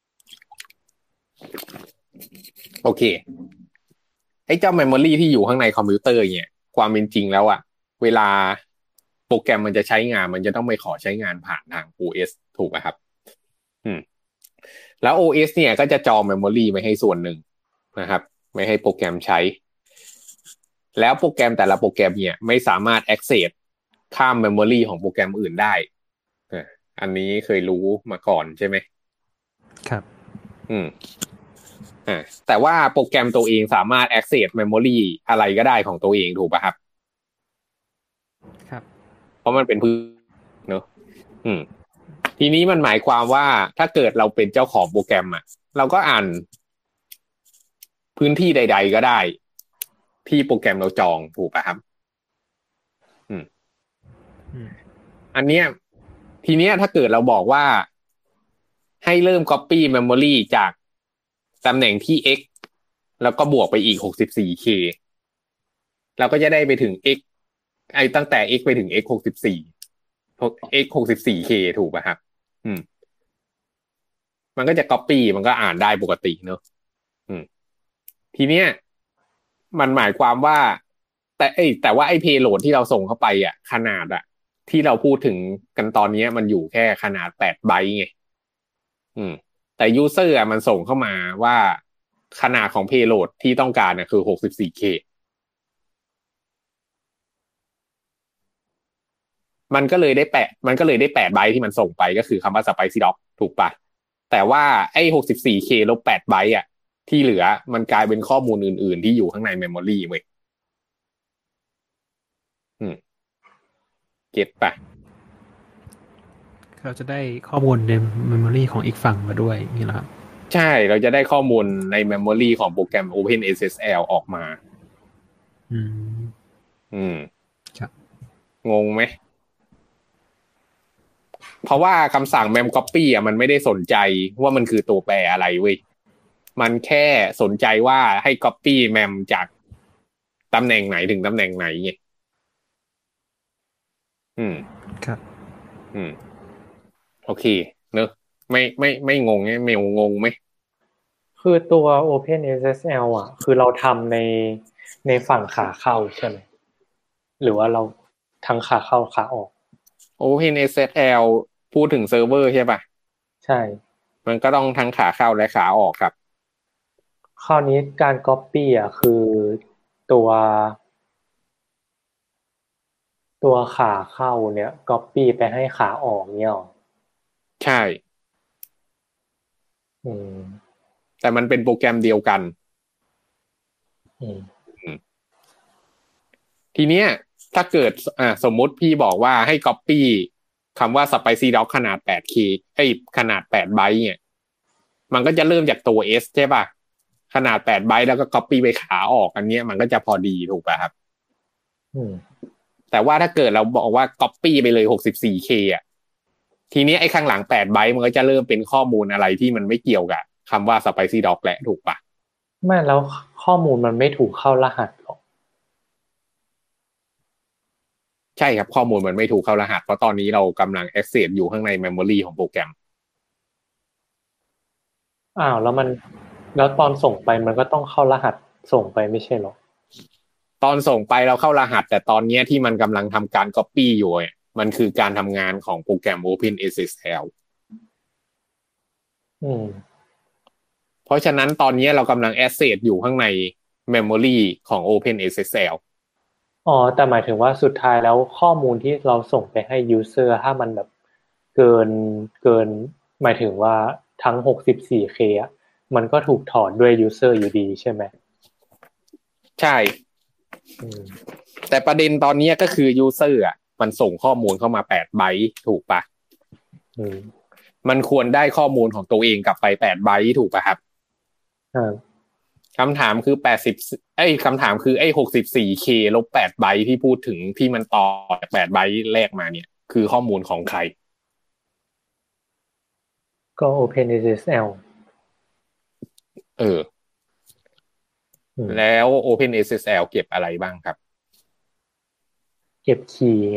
โอเคไอ้เจ้าเมมโมรีที่อยู่ข้างในคอมพิวเตอร์เนี่ยความเป็นจริงแล้วอะเวลาโปรแกรมมันจะใช้งานมันจะต้องไปขอใช้งานผ่านทาง โอ เอส ถูกไหมครับอืมแล้ว โอ เอส เนี่ยก็จะจองเมมโมรีไว้ให้ส่วนหนึ่งนะครับไม่ให้โปรแกรมใช้แล้วโปรแกรมแต่ละโปรแกรมเนี่ยไม่สามารถ access ข้ามเมมโมรีของโปรแกรมอื่นได้อันนี้เคยรู้มาก่อนใช่ไหมครับอืมอ่าแต่ว่าโปรแกรมตัวเองสามารถ access memory อะไรก็ได้ของตัวเองถูกป่ะครับครับเพราะมันเป็นพื้นเนอะอืมทีนี้มันหมายความว่าถ้าเกิดเราเป็นเจ้าของโปรแกรมอ่ะเราก็อ่านพื้นที่ใดๆก็ได้ที่โปรแกรมเราจองถูกป่ะครับอืมอันเนี้ยทีเนี้ยถ้าเกิดเราบอกว่าให้เริ่ม copy memory จากตำแหน่งที่ x แล้วก็บวกไปอีก หกสิบสี่เค เราก็จะได้ไปถึง x ไอ้ตั้งแต่ x ไปถึง x หกสิบสี่ x หกสิบสี่เค ถูกป่ะครับอืมมันก็จะ copy มันก็อ่านได้ปกติเนอะอืมทีเนี้ยมันหมายความว่าแต่ไอ้แต่ว่าไอ้ payload ที่เราส่งเข้าไปอ่ะขนาดอ่ะที่เราพูดถึงกันตอนนี้มันอยู่แค่ขนาดแปดไบต์ไงอืมแต่ user อ่ะมันส่งเข้ามาว่าขนาดของ payload ที่ต้องการน่ะคือ หกสิบสี่เค มันก็เลยได้แปดมันก็เลยได้แปดไบต์ที่มันส่งไปก็คือคำว่า spicy dog ถูกปะแต่ว่าไอ้ หกสิบสี่เค ลบแปดไบต์อ่ะที่เหลือมันกลายเป็นข้อมูลอื่นๆที่อยู่ข้างในเมมโมรีเว้ยอืมเก็ตปะเราจะได้ข้อมูลในเมมโมรีของอีกฝั่งมาด้วยนี่แหละครับใช่เราจะได้ข้อมูลในเมมโมรีของโปรแกรม OpenSSL ออกมาอืมอืมครับงงไหมเพราะว่าคำสั่ง memcopy อ่ะมันไม่ได้สนใจว่ามันคือตัวแปรอะไรเว้ยมันแค่สนใจว่าให้ copy mem จากตำแหน่งไหนถึงตำแหน่งไหนไงอืมครับอืมโอเคเนอะไม่ไม่ไม่งงไงไม่งงไหมคือตัว OpenSSL อ่ะคือเราทำในในฝั่งขาเข้าใช่ไหมหรือว่าเราทั้งขาเข้าขาออก OpenSSL พูดถึงเซิร์ฟเวอร์ใช่ป่ะใช่มันก็ต้องทั้งขาเข้าและขาออกครับคราวนี้การ Copy อ่ะคือตัวตัวขาเข้าเนี่ย Copy ไปให้ขาออกเนี่ยหรอใช่อืมแต่มันเป็นโปรแกรมเดียวกันอืมทีเนี้ยถ้าเกิดอ่าสมมุติพี่บอกว่าให้ copy คำว่า spicy dog ขนาด แปดเค ไอ้ขนาดแปดไบต์เนี่ยมันก็จะเริ่มจากตัว S ใช่ป่ะขนาดแปดไบต์แล้วก็ copy ไปขาออกอันเนี้ยมันก็จะพอดีถูกป่ะครับอืมแต่ว่าถ้าเกิดเราบอกว่า copy ไปเลย หกสิบสี่เค อ่ะทีนี้ไอ้ข้างหลังแปดไบต์มันก็จะเริ่มเป็นข้อมูลอะไรที่มันไม่เกี่ยวกับคำว่า spicy dog แหละถูกป่ะไม่แล้วข้อมูลมันไม่ถูกเข้ารหัสหรอกใช่ครับข้อมูลมันไม่ถูกเข้ารหัสเพราะตอนนี้เรากำลัง access อยู่ข้างใน memory ของโปรแกรมอ้าวแล้วมันแล้วตอนส่งไปมันก็ต้องเข้ารหัสส่งไปไม่ใช่หรอตอนส่งไปเราเข้ารหัสแต่ตอนนี้ที่มันกำลังทำการ copy อยู่เนี่ยมันคือการทำงานของโปรแกรม OpenSSL อืมเพราะฉะนั้นตอนนี้เรากำลัง access อยู่ข้างใน memory ของ OpenSSL อ๋อแต่หมายถึงว่าสุดท้ายแล้วข้อมูลที่เราส่งไปให้ user ถ้ามันแบบเกินเกินหมายถึงว่าทั้ง หกสิบสี่เค อ่ะมันก็ถูกถอนด้วย user อยู่ดีใช่ไหมใช่อืมแต่ประเด็นตอนนี้ก็คือ user อ่ะมันส่งข้อมูลเข้ามาแปดไบต์ถูกปะอืมมันควรได้ข้อมูลของตัวเองกลับไปแปดไบต์ถูกปะครับอ่าคำถามคือแปดสิบไอ้คำถามคือไอ้ หกสิบสี่เค ลบแปดไบต์ที่พูดถึงที่มันต่อจากแปดไบต์แรกมาเนี่ยคือข้อมูลของใครก็ OpenSSL เออแล้ว OpenSSL เก็บอะไรบ้างครับเก็บคีย์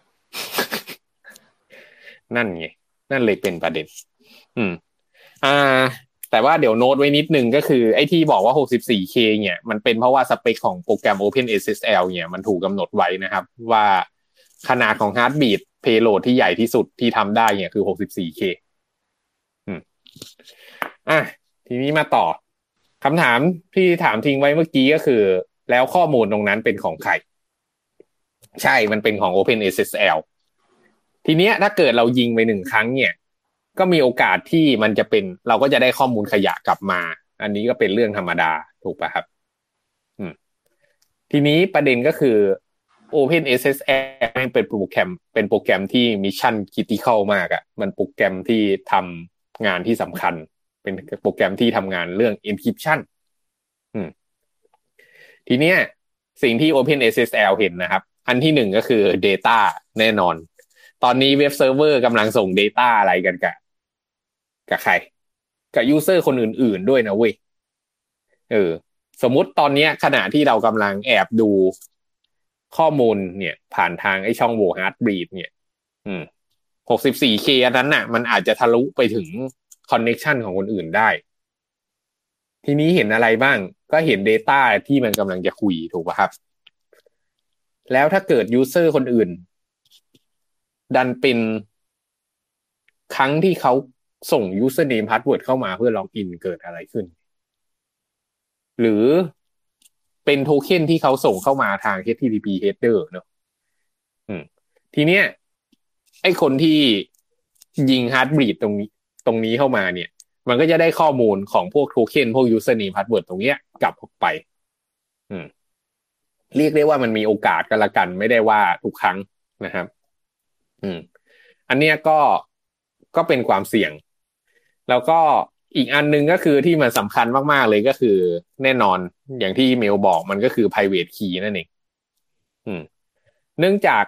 นั่นไงนั่นเลยเป็นประเด็นอืมอ่าแต่ว่าเดี๋ยวโน้ตไว้นิดนึงก็คือไอ้ที่บอกว่า หกสิบสี่เค เนี่ยมันเป็นเพราะว่าสเปคของโปรแกรม OpenSSL เนี่ยมันถูกกำหนดไว้นะครับว่าขนาดของ Heartbeat Payload ที่ใหญ่ที่สุดที่ทำได้เนี่ยคือ หกสิบสี่เค อืมอ่ะทีนี้มาต่อคำถามที่ถามทิ้งไว้เมื่อกี้ก็คือแล้วข้อมูลตรงนั้นเป็นของใครใช่มันเป็นของ OpenSSL ทีเนี้ยถ้าเกิดเรายิงไปหนึ่งครั้งเนี่ยก็มีโอกาสที่มันจะเป็นเราก็จะได้ข้อมูลขยะกลับมาอันนี้ก็เป็นเรื่องธรรมดาถูกป่ะครับอืมทีนี้ประเด็นก็คือ OpenSSL เป็นโปรแกรมเป็นโปรแกรมที่มิชชั่นคริติคอลมากอ่ะมันโปรแกรมที่ทำงานที่สำคัญเป็นโปรแกรมที่ทำงานเรื่อง encryption อืมทีเนี้ยสิ่งที่ OpenSSL เห็นนะครับอันที่หนึ่งก็คือ data แน่นอนตอนนี้เว็บเซิร์ฟเวอร์กำลังส่ง data อะไรกันกับกับใครกับยูเซอร์คนอื่นๆด้วยนะเว้ยเออสมมุติตอนนี้ขณะที่เรากำลังแอบดูข้อมูลเนี่ยผ่านทางไอ้ช่องโหว่ Heartbleed เนี่ยอืม หกสิบสี่เค อันนั้นน่ะมันอาจจะทะลุไปถึงคอนเน็กชันของคนอื่นได้ทีนี้เห็นอะไรบ้างก็เห็น data ที่มันกำลังจะคุยถูกป่ะครับแล้วถ้าเกิดยูเซอร์คนอื่นดันเป็นครั้งที่เขาส่ง username password เข้ามาเพื่อล็อกอินเกิดอะไรขึ้นหรือเป็นโทเค็นที่เขาส่งเข้ามาทาง เอช ที ที พี header เนอะอืมทีเนี้ยไอ้คนที่ยิง Heartbleed ตรงนี้ตรงนี้เข้ามาเนี่ยมันก็จะได้ข้อมูลของพวกโทเค็นพวก username password ตรงเนี้ยกลับออกไปอืมเรียกได้ว่ามันมีโอกาสกันละกันไม่ได้ว่าทุกครั้งนะครับอืมอันเนี้ยก็ก็เป็นความเสี่ยงแล้วก็อีกอันนึงก็คือที่มันสำคัญมากๆเลยก็คือแน่นอนอย่างที่เมลบอกมันก็คือ private key นั่นเองอืมเนื่องจาก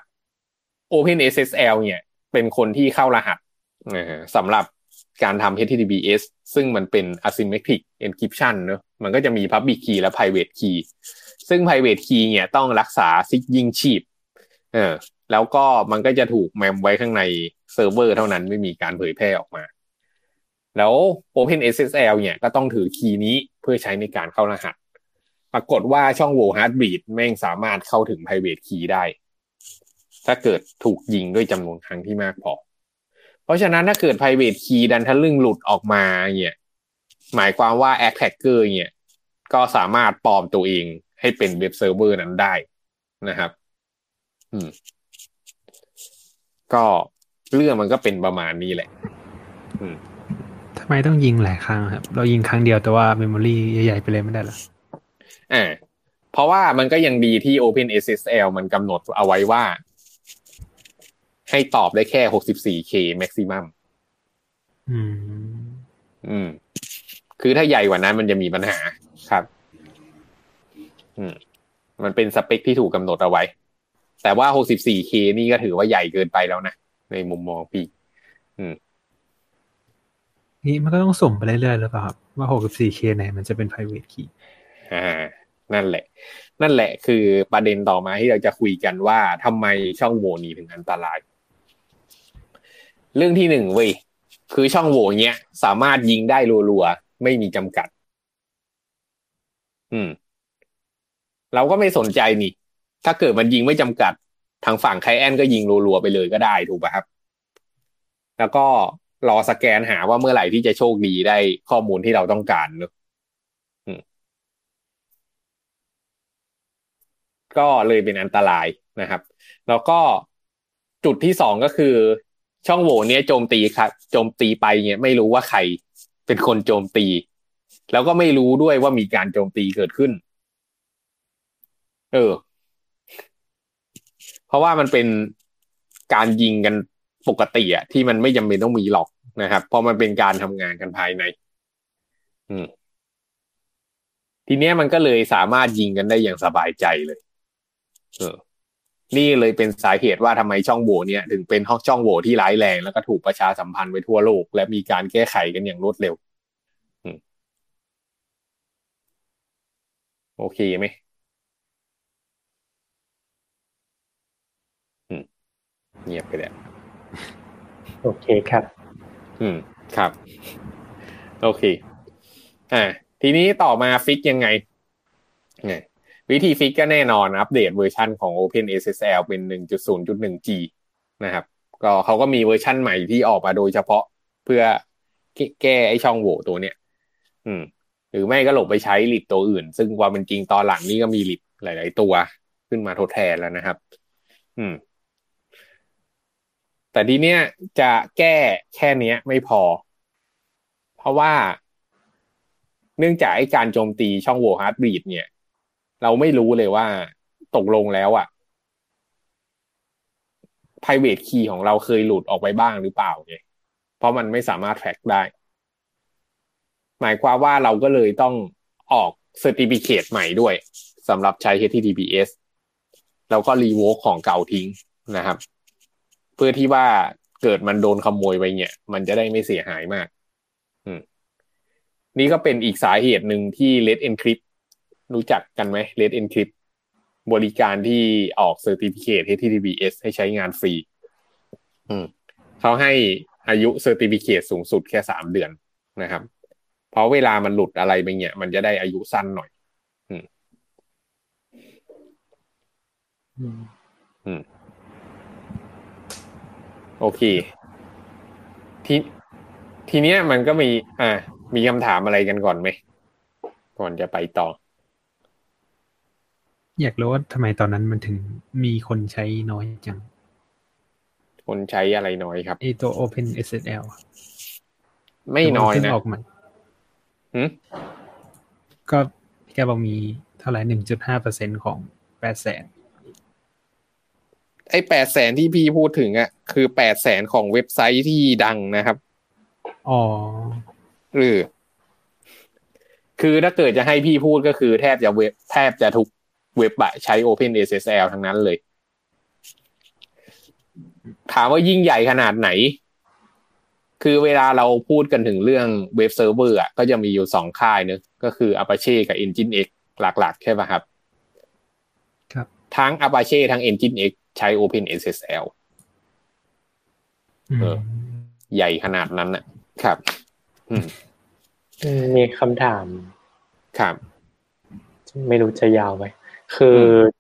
OpenSSL เนี่ยเป็นคนที่เข้ารหัสนะฮะสำหรับการทำ เอช ที ที พี เอส ซึ่งมันเป็น asymmetric encryption เนอะมันก็จะมี public key และ private key ซึ่ง private key เนี่ยต้องรักษาซิกยิงชีพเออแล้วก็มันก็จะถูกแมมไว้ข้างในเซิร์ฟเวอร์เท่านั้นไม่มีการเผยแพร่ออกมาแล้ว OpenSSL เนี่ยก็ต้องถือคีย์นี้เพื่อใช้ในการเข้ารหัสปรากฏว่าช่องโหว่ Heartbleed แม่งสามารถเข้าถึง private key ได้ถ้าเกิดถูกยิงด้วยจำนวนครั้งที่มากพอเพราะฉะนั้นถ้าเกิด private key ดันทะลึ่งหลุดออกมาเนี่ยหมายความว่า attacker เนี่ยก็สามารถปลอมตัวเองให้เป็นเว็บเซิร์ฟเวอร์นั้นได้นะครับอืมก็เรื่องมันก็เป็นประมาณนี้แหละอืมทำไมต้องยิงหลายครั้งครับเรายิงครั้งเดียวแต่ว่าเมมโมรี่ใหญ่ๆไปเลยไม่ได้เหรออ่าเพราะว่ามันก็ยังดีที่ OpenSSL มันกำหนดเอาไว้ว่าให้ตอบได้แค่ หกสิบสี่เค maximum อืมอืมคือถ้าใหญ่กว่านั้นมันจะมีปัญหาครับอืมมันเป็นสเปคที่ถูกกำหนดเอาไว้แต่ว่า หกสิบสี่เค นี่ก็ถือว่าใหญ่เกินไปแล้วนะในมุมมองพี่อืมนี่มันก็ต้องสุ่มไปเรื่อยๆหรือเปล่าครับว่า หกสิบสี่ เค ไหนมันจะเป็น private key อ่านั่นแหละนั่นแหละคือประเด็นต่อมาที่เราจะคุยกันว่าทำไมช่องโหว่นี้ถึงอันตรายเรื่องที่หนึ่งเว้ยคือช่องโหว่เนี้ยสามารถยิงได้รัวๆไม่มีจำกัดอืมเราก็ไม่สนใจนี่ถ้าเกิดมันยิงไม่จำกัดทางฝั่งไคลเอนต์ก็ยิงรัวๆไปเลยก็ได้ถูกป่ะครับแล้วก็รอสแกนหาว่าเมื่อไหร่ที่จะโชคดีได้ข้อมูลที่เราต้องการเนอะอืมก็เลยเป็นอันตรายนะครับแล้วก็จุดที่สองก็คือช่องโหว่เนี้ยโจมตีครับโจมตีไปเนี่ยไม่รู้ว่าใครเป็นคนโจมตีแล้วก็ไม่รู้ด้วยว่ามีการโจมตีเกิดขึ้นเออเพราะว่ามันเป็นการยิงกันปกติอะที่มันไม่จำเป็นต้องมีหรอกนะครับเพราะมันเป็นการทำงานกันภายในอืมทีเนี้ยมันก็เลยสามารถยิงกันได้อย่างสบายใจเลยเออนี่เลยเป็นสาเหตุว่าทำไมช่องโหว่เนี่ยถึงเป็นช่องโหว่ที่ร้ายแรงแล้วก็ถูกประชาสัมพันธ์ไปทั่วโลกและมีการแก้ไขกันอย่างรวดเร็วอืมโอเคไหมเงียบไปแล้วโอเคครับอืมครับโอเคอ่าทีนี้ต่อมาฟิกยังไงเนี่ยวิธีฟิกก็แน่นอนอัปเดตเวอร์ชันของ OpenSSL เป็น หนึ่งจุดศูนย์จุดหนึ่ง จี นะครับก็เขาก็มีเวอร์ชันใหม่ที่ออกมาโดยเฉพาะเพื่อแก้ไอ้ช่องโหว่ตัวเนี้ยอืมหรือไม่ก็หลบไปใช้ลิดตัวอื่นซึ่งความเป็นจริงตอนหลังนี่ก็มีลิดหลายๆตัวขึ้นมาทดแทนแล้วนะครับอืมแต่ทีเนี้ยจะแก้แค่เนี้ยไม่พอเพราะว่าเนื่องจากไอ้การโจมตีช่องโหว่ฮาร์ดบีทเนี่ยเราไม่รู้เลยว่าตกลงแล้วอ่ะ private key ของเราเคยหลุดออกไปบ้างหรือเปล่าไงเพราะมันไม่สามารถ track ได้หมายความว่าเราก็เลยต้องออก certificate ใหม่ด้วยสำหรับใช้ เอช ที ที พี เอส แล้วก็ revoke ของเก่าทิ้งนะครับเพื่อที่ว่าเกิดมันโดนขโมยไปเนี่ยมันจะได้ไม่เสียหายมากอืมนี่ก็เป็นอีกสาเหตุหนึ่งที่ Let's Encrypt รู้จักกันไหม Let's Encrypt บริการที่ออก certificate เอช ที ที พี เอส ให้ใช้งานฟรีอืมเขาให้อายุ certificate สูงสุดแค่สามเดือนนะครับเพราะเวลามันหลุดอะไรไปเนี่ยมันจะได้อายุสั้นหน่อยอืมอืมอืมโอเคทีทีเนี้ยมันก็มีอ่ามีคำถามอะไรกันก่อนไหมก่อนจะไปต่ออยากรู้ว่าทำไมตอนนั้นมันถึงมีคนใช้น้อยจังคนใช้อะไรน้อยครับไอตัว OpenSSL ไม่น้อยนะออกมาหืมก็แกบอกมีเท่าไหร่ หนึ่งจุดห้าเปอร์เซ็นต์ ของแปดแสนไอ้แปดแสนที่พี่พูดถึงอ่ะคือแปดแสนของเว็บไซต์ที่ดังนะครับอ๋อหรือคือถ้าเกิดจะให้พี่พูดก็คือแทบจะเว็บแทบจะทุกเว็บใช้ OpenSSL ทั้งนั้นเลยถามว่ายิ่งใหญ่ขนาดไหนคือเวลาเราพูดกันถึงเรื่องเว็บเซิร์ฟเวอร์อ่ะก็จะมีอยู่สองค่ายเนอะก็คือ Apache กับ Nginx หลักๆใช่ป่ะครับครับทั้ง Apache ทั้ง Nginx ใช้ OpenSSL เออใหญ่ขนาดนั้นน่ะครับอืมมีคำถามครับไม่รู้จะยาวไหมคือ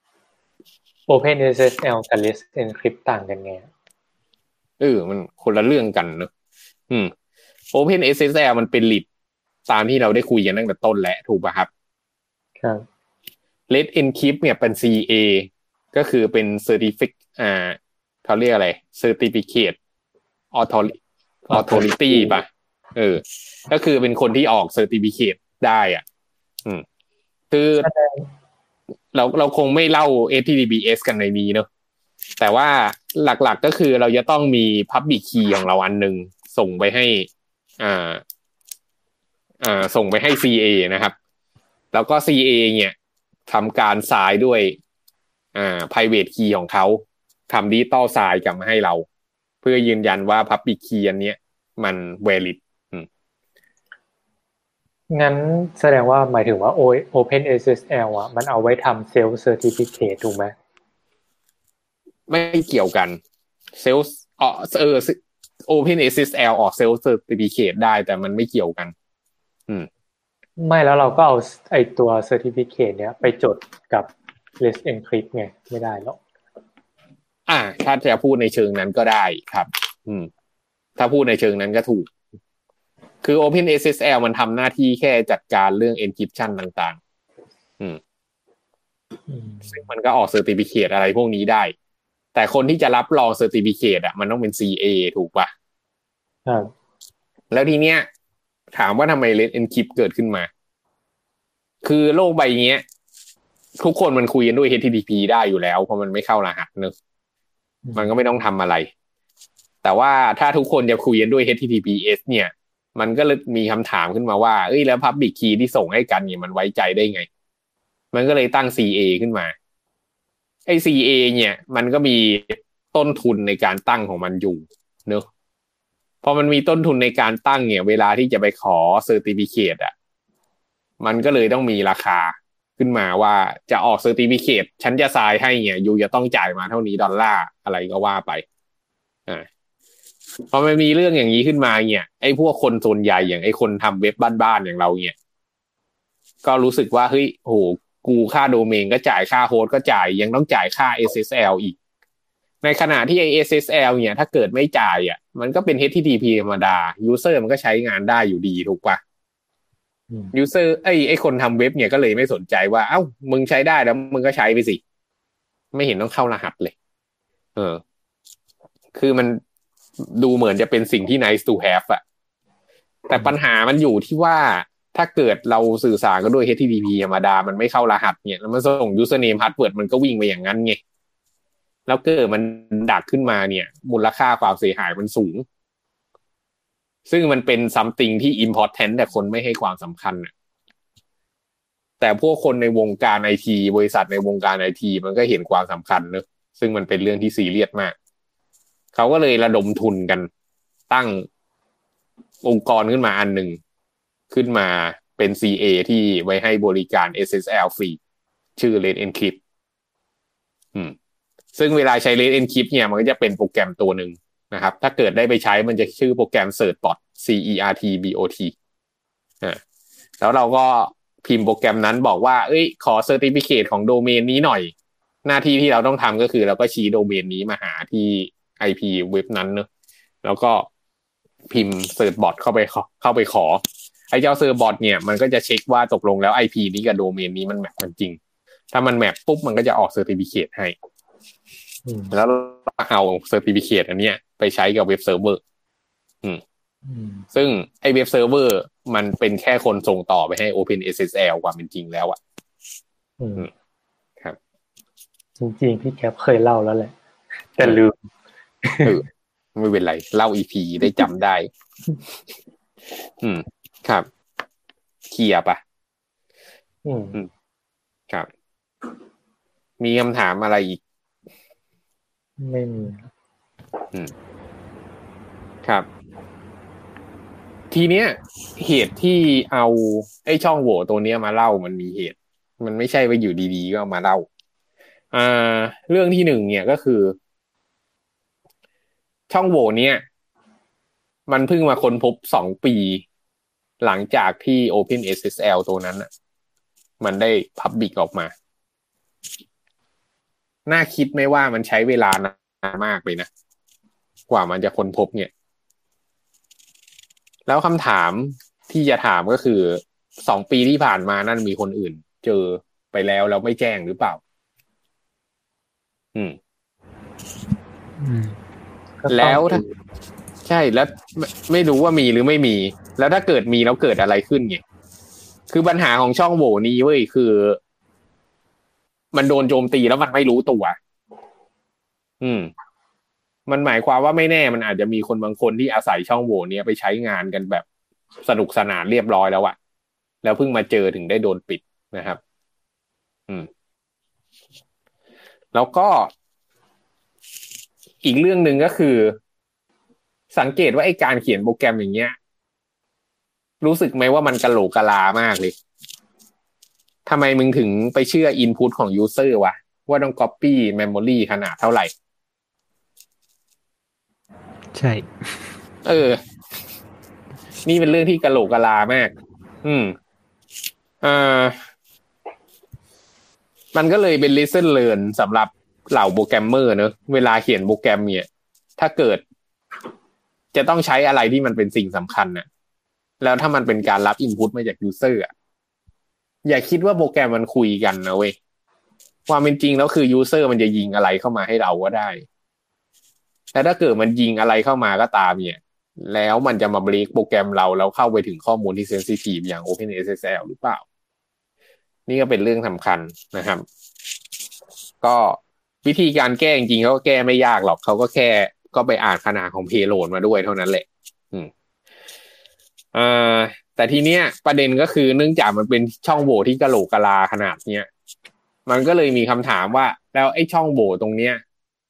OpenSSL กับ Let's Encrypt ต่างกันไงเออมันคนละเรื่องกันเนอะอืม OpenSSL มันเป็น lead ตามที่เราได้คุยกันตั้งแต่ต้นแล้วถูกป่ะครับครับ Let's Encrypt เนี่ยเป็น ซี เอ ก็คือเป็น certificate อ่าเขาเรียกอะไร certificate authority ป่ะเออก็คือเป็นคนที่ออก certificate ได้อ่ะอืมคือเราเราคงไม่เล่า เอช ที ที พี เอส กันในนี้เนอะแต่ว่าหลักๆก็คือเราจะต้องมี public key ของเราอันนึงส่งไปให้อ่าอ่าส่งไปให้ ซี เอ นะครับแล้วก็ ซี เอ เนี่ยทำการสายด้วยอ่า private key ของเขาทำ digital sign กลับมาให้เราเพื่อยืนยันว่า public key อันเนี้ยมัน valid งั้นแสดงว่าหมายถึงว่า OpenSSL อ่ะมันเอาไว้ทำ self certificate ถูกไหมไม่เกี่ยวกัน self เออเออ OpenSSL ออก self certificate ได้แต่มันไม่เกี่ยวกันอืมไม่แล้วเราก็เอาไอตัว certificate เนี้ยไปจดกับ Let's Encrypt ไงไม่ได้หรอกอ่าถ้าจะพูดในเชิงนั้นก็ได้ครับอืมถ้าพูดในเชิงนั้นก็ถูกคือ OpenSSL มันทำหน้าที่แค่จัดการเรื่อง encryption ต่างๆอืมซึ่งมันก็ออก certificate อะไรพวกนี้ได้แต่คนที่จะรับรอง certificate อ่ะมันต้องเป็น ซี เอ ถูกป่ะครับแล้วทีเนี้ยถามว่าทำไม Let's Encrypt เกิดขึ้นมาคือโลกใบนี้ทุกคนมันคุยกันด้วย เอช ที ที พี ได้อยู่แล้วเพราะมันไม่เข้ารหัสเนอะมันก็ไม่ต้องทำอะไรแต่ว่าถ้าทุกคนจะคุยกันด้วย เอช ที ที พี เอส เนี่ยมันก็เลยมีคำถามขึ้นมาว่าเอ้ยแล้ว Public Key ที่ส่งให้กันเนี่ยมันไว้ใจได้ไงมันก็เลยตั้ง ซี เอ ขึ้นมาไอ้ ซี เอ เนี่ยมันก็มีต้นทุนในการตั้งของมันอยู่เนอะพอมันมีต้นทุนในการตั้งเนี่ยเวลาที่จะไปขอ Certificate อ่ะมันก็เลยต้องมีราคาขึ้นมาว่าจะออก Certificate ฉันจะทรายให้เนี่ยยูจะต้องจ่ายมาเท่านี้ดอลลาร์อะไรก็ว่าไปอ่าพอมันมีเรื่องอย่างนี้ขึ้นมาเนี่ยไอ้พวกคนส่วนใหญ่อย่างไอ้คนทำเว็บบ้านๆอย่างเราเนี่ยก็รู้สึกว่าเฮ้ยโหกูค่าโดเมนก็จ่ายค่าโฮสต์ก็จ่ายยังต้องจ่ายค่า เอส เอส แอล อีกในขณะที่ไอ้ เอส เอส แอล เนี่ยถ้าเกิดไม่จ่ายอ่ะมันก็เป็น เอช ที ที พี ธรรมดา user มันก็ใช้งานได้อยู่ดีถูกปะ user ไอ้ไอ้คนทำเว็บเนี่ยก็เลยไม่สนใจว่าเอ้ามึงใช้ได้แล้วมึงก็ใช้ไปสิไม่เห็นต้องเข้ารหัสเลยเออคือมันดูเหมือนจะเป็นสิ่งที่ nice to have อะแต่ปัญหามันอยู่ที่ว่าถ้าเกิดเราสื่อสารกันด้วย เอช ที ที พี ธรรมดามันไม่เข้ารหัสเนี่ยแล้วมันส่ง username password มันก็วิ่งไปอย่างนั้นไงแล้วเกิดมันดักขึ้นมาเนี่ยมูลค่าความเสียหายมันสูงซึ่งมันเป็น something ที่ important แต่คนไม่ให้ความสำคัญน่ะแต่พวกคนในวงการไอทีบริษัทในวงการไอทีมันก็เห็นความสำคัญเนอะซึ่งมันเป็นเรื่องที่ซีเรียสมากเขาก็เลยระดมทุนกันตั้งองค์กรขึ้นมาอันหนึ่งขึ้นมาเป็น ซี เอ ที่ไว้ให้บริการ เอส เอส แอล ฟรีชื่อ Red Encrypt อืมซึ่งเวลาใช้ Red Encrypt เนี่ยมันก็จะเป็นโปรแกรมตัวหนึ่งนะครับถ้าเกิดได้ไปใช้มันจะชื่อโปรแกรม Certbot C E R T B O T อ่าแล้วเราก็พิมพ์โปรแกรมนั้นบอกว่าเอ้ยขอ Certificate ของโดเมนนี้หน่อยหน้าที่ที่เราต้องทำก็คือเราก็ชี้โดเมนนี้มาหาที่ ไอ พี เว็บนั้นเนอะแล้วก็พิมพ์ Certbot เข้าไปเข้าไปขอไอ้เจ้า Certbot เนี่ยมันก็จะเช็คว่าตกลงแล้ว ไอ พี นี้กับโดเมนนี้มันแมทกันจริงถ้ามันแมทปุ๊บมันก็จะออก Certificate ให้แล้วเอา Certificate อันเนี้ยไปใช้กับเว็บเซิร์ฟเวอร์อืมซึ่งไอ้เว็บเซิร์ฟเวอร์มันเป็นแค่คนส่งต่อไปให้ Open เอส เอส แอล ความเป็นจริงแล้วอ่ะอืมครับจริงๆพี่แคปเคยเล่าแล้วแหละแต่ลืมเออไม่เป็นไรเล่าอีพีได้จำได้อืมครับเคลียร์ปะอืมครับมีคำถามอะไรอีกไม่มีอืมครับทีเนี้ยเหตุที่เอาไอ้ช่องโหว่ตัวเนี้ยมาเล่ามันมีเหตุมันไม่ใช่ว่าอยู่ดีๆก็เอามาเล่าอ่าเรื่องที่หนึ่งเนี่ยก็คือช่องโหว่เนี้ยมันเพิ่งมาค้นพบสองปีหลังจากที่ Open เอส เอส แอล ตัวนั้นน่ะมันได้ Public ออกมาน่าคิดไหมว่ามันใช้เวลานานมากเลยนะกว่ามันจะค้นพบเนี่ยแล้วคำถามที่จะถามก็คือสองปีที่ผ่านมานั่นมีคนอื่นเจอไปแล้วแล้วไม่แจ้งหรือเปล่าอืมอืมแล้วถ้าใช่แล้วไม่รู้ว่ามีหรือไม่มีแล้วถ้าเกิดมีแล้วเกิดอะไรขึ้นไงคือปัญหาของช่องโหว่นี้เว้ยคือมันโดนโจมตีแล้วมันไม่รู้ตัวอืมมันหมายความว่าไม่แน่มันอาจจะมีคนบางคนที่อาศัยช่องโหว่นี้ไปใช้งานกันแบบสนุกสนานเรียบร้อยแล้วอะแล้วเพิ่งมาเจอถึงได้โดนปิดนะครับอืมแล้วก็อีกเรื่องหนึ่งก็คือสังเกตว่าไอ้การเขียนโปรแกรมอย่างเงี้ยรู้สึกไหมว่ามันกะโหลกกะลามากเลยทำไมมึงถึงไปเชื่อ input ของ user วะว่าต้อง copy memory ขนาดเท่าไหร่ใช่เออนี่เป็นเรื่องที่กะโหลกกะลามากอืมอ่ามันก็เลยเป็น lesson learn สำหรับเหล่าโปรแกรมเมอร์เนอะเวลาเขียนโปรแกรมเนี่ยถ้าเกิดจะต้องใช้อะไรที่มันเป็นสิ่งสำคัญน่ะแล้วถ้ามันเป็นการรับ input มาจาก user อ่ะอย่าคิดว่าโปรแกรมมันคุยกันนะเว้ยความเป็นจริงแล้วคือ user มันจะยิงอะไรเข้ามาให้เราก็ได้แต่ถ้าเกิดมันยิงอะไรเข้ามาก็ตามเนี่ยแล้วมันจะมาเบรกโปรแกรมเราแล้วเข้าไปถึงข้อมูลที่เซนซิทีฟอย่าง Open เอส เอส แอล หรือเปล่านี่ก็เป็นเรื่องสำคัญนะครับก็วิธีการแก้จริงๆเขาก็แก้ไม่ยากหรอกเขาก็แค่ก็ไปอ่านขนาดของ payload มาด้วยเท่านั้นแหละอืมอ่าแต่ทีเนี้ยประเด็นก็คือเนื่องจากมันเป็นช่องโหว่ที่กะโหลกกะลาขนาดเนี้ยมันก็เลยมีคำถามว่าแล้วไอ้ช่องโหว่ตรงเนี้ย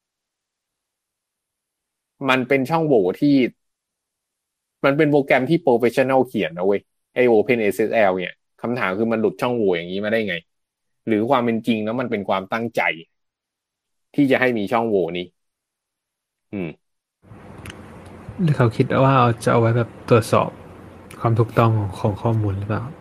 มันเป็นช่องโหว่ที่มันเป็นโปรแกรมที่โปรเฟชชั่นแนลเขียนนะเว้ยไอ้ Open เอส เอส แอล เนี่ยคำถามคือมันหลุดช่องโหว่อย่างนี้มาได้ไงหรือความเป็นจริงแล้วมันเป็นความตั้งใจที่จะให้มีช่องโหว่นี้อืมหรือเขาคิดว่าจะเอาไว้แบบตรวจสอบความถูกต้องของข้อมูลหรือเปล่า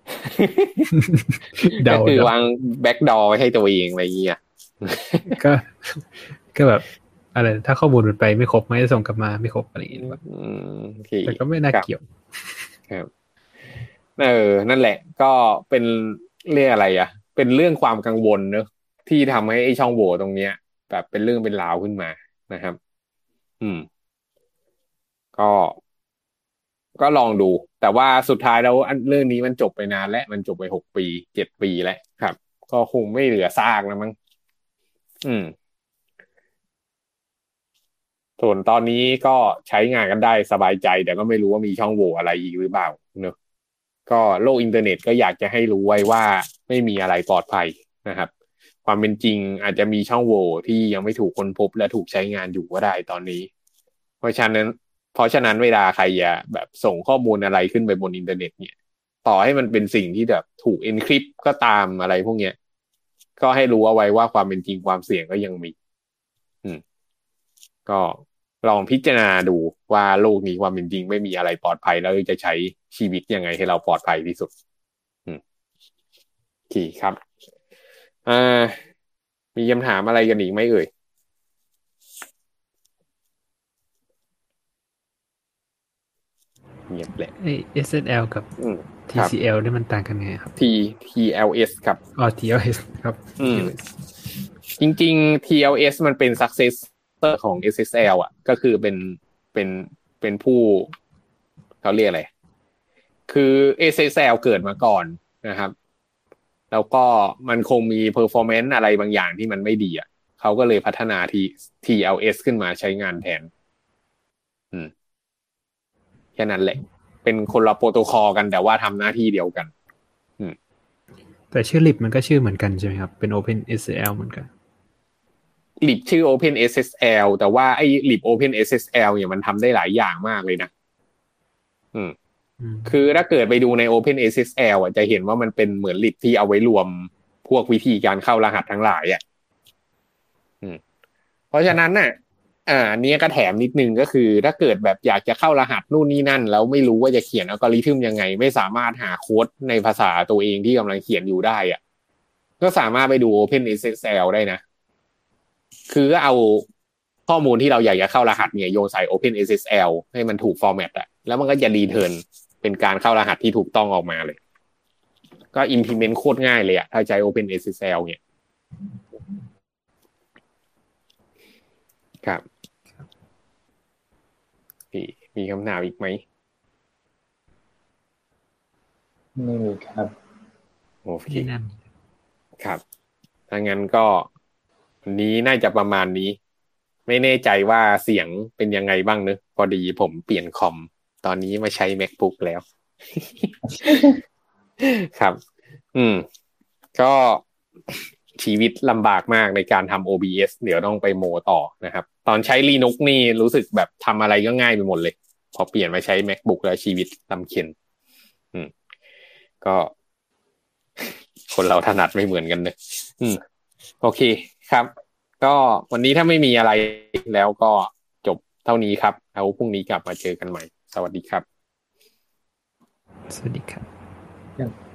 เดาก็คือเดาวางแบ็กดอร์ไว้ให้ตัวเองอะไรอย่างเงี้ยก็ ก็แบบอะไรถ้าข้อมูลมันไปไม่ครบไม่ได้ส่งกลับมาไม่ครบอะไรอย่างเงี้ยอืมโอเคแต่ก็ไม่น่าครับเกี่ยวครับเออนั่นแหละก็เป็นเรื่องอะไรอ่ะ เป็นเรื่องความกังวลเนอะที่ทำให้ไอ้ช่องโหว่ตรงเนี้ย แบบเป็นเรื่องเป็นราวขึ้นมานะครับ อืม ก็ก็ลองดู แต่ว่าสุดท้ายแล้วอันเรื่องนี้มันจบไปนานแล้วมันจบไปหกปีเจ็ดปีแล้วครับ ก็คงไม่เหลือซากแล้วมั้งอืม ส่วนตอนนี้ก็ใช้งานกันได้สบายใจแต่ก็ไม่รู้ว่ามีช่องโหว่อะไรอีกหรือเปล่าเนอะก็โลกอินเทอร์เน็ตก็อยากจะให้รู้ไว้ว่าไม่มีอะไรปลอดภัยนะครับความเป็นจริงอาจจะมีช่องโหว่ที่ยังไม่ถูกค้นพบและถูกใช้งานอยู่ก็ได้ตอนนี้เพราะฉะนั้นเพราะฉะนั้นเวลาใครจะแบบส่งข้อมูลอะไรขึ้นไปบนอินเทอร์เน็ตเนี่ยต่อให้มันเป็นสิ่งที่แบบถูกเอนคริปต์ก็ตามอะไรพวกเนี้ยก็ให้รู้เอาไว้ว่าความเป็นจริงความเสี่ยงก็ยังมีอืม ก็ลองพิจารณาดูว่าโลกนี้ความเป็นจริงไม่มีอะไรปลอดภัยแล้วจะใช้ชีวิตยังไงให้เราปลอดภัยที่สุดอืมโอเคครับอ่ามีคำถามอะไรกันอีกไหมเอ่ยเงียบแหละไอ้ เอส เอส แอล กับอืมครับที ซี แอล นี่มันต่างกันไงครับ T ที แอล เอส ครับอ๋อ ที แอล เอส ครับอืม จริงๆ ที แอล เอส มันเป็น successor ของ เอส เอส แอล อ่ะก็คือเป็นเป็นเป็นผู้เขาเรียกอะไรคือ เอส เอส แอล เกิดมาก่อนนะครับแล้วก็มันคงมี performance อะไรบางอย่างที่มันไม่ดีอ่ะเขาก็เลยพัฒนา ที แอล เอส ขึ้นมาใช้งานแทนอืมแค่นั้นแหละเป็นคนละโปรโตคอลกันแต่ว่าทำหน้าที่เดียวกันอืมแต่ชื่อ ลิบ มันก็ชื่อเหมือนกันใช่ไหมครับเป็น Open เอส แอล เหมือนกันลิบชื่อ Open เอส เอส แอล แต่ว่าไอ้ลิบ Open เอส เอส แอล เนี่ยมันทำได้หลายอย่างมากเลยนะอืมอืมคือถ้าเกิดไปดูใน Open เอส เอส แอล อ่ะจะเห็นว่ามันเป็นเหมือนลิบที่เอาไว้รวมพวกวิธีการเข้ารหัสทั้งหลายอ่ะอืม เพราะฉะนั้นน่ะอ่าอันนี้ก็แถมนิดนึงก็คือถ้าเกิดแบบอยากจะเข้ารหัสนู่นนี่นั่นแล้วไม่รู้ว่าจะเขียนอัลกอริทึมยังไงไม่สามารถหาโค้ดในภาษาตัวเองที่กำลังเขียนอยู่ได้อ่ะก็สามารถไปดู Open เอส เอส แอล ได้นะคือก็เอาข้อมูลที่เราอยากจะเข้ารหัสเนี่ยโยนใส่ Open เอส เอส แอล ให้มันถูกฟอร์แมตอ่ะแล้วมันก็จะรีเทิร์นเป็นการเข้ารหัสที่ถูกต้องออกมาเลยก็ implement โคตรง่ายเลยอ่ะถ้าใช้ Open เอส เอส แอล เนี่ยครับมีมีคำถามอีกไหมไม่มีครับโอเคไม่น่ามีครับถ้างั้นก็วันนี้น่าจะประมาณนี้ ไม่แน่ใจว่าเสียงเป็นยังไงบ้างเนอะพอดีผมเปลี่ยนคอม ตอนนี้มาใช้ MacBook แล้ว ครับ อืม ก็ชีวิตลำบากมากในการทำ โอ บี เอส เดี๋ยวต้องไปโมต่อนะครับ ตอนใช้ Linux นี่รู้สึกแบบทำอะไรก็ง่ายไปหมดเลย พอเปลี่ยนมาใช้ MacBook แล้วชีวิตลำเค็ญอืม ก็คนเราถนัดไม่เหมือนกันเนอะอืม โอเคครับ ก็วันนี้ถ้าไม่มีอะไรแล้วก็จบเท่านี้ครับเอาพรุ่งนี้กลับมาเจอกันใหม่สวัสดีครับสวัสดีครับ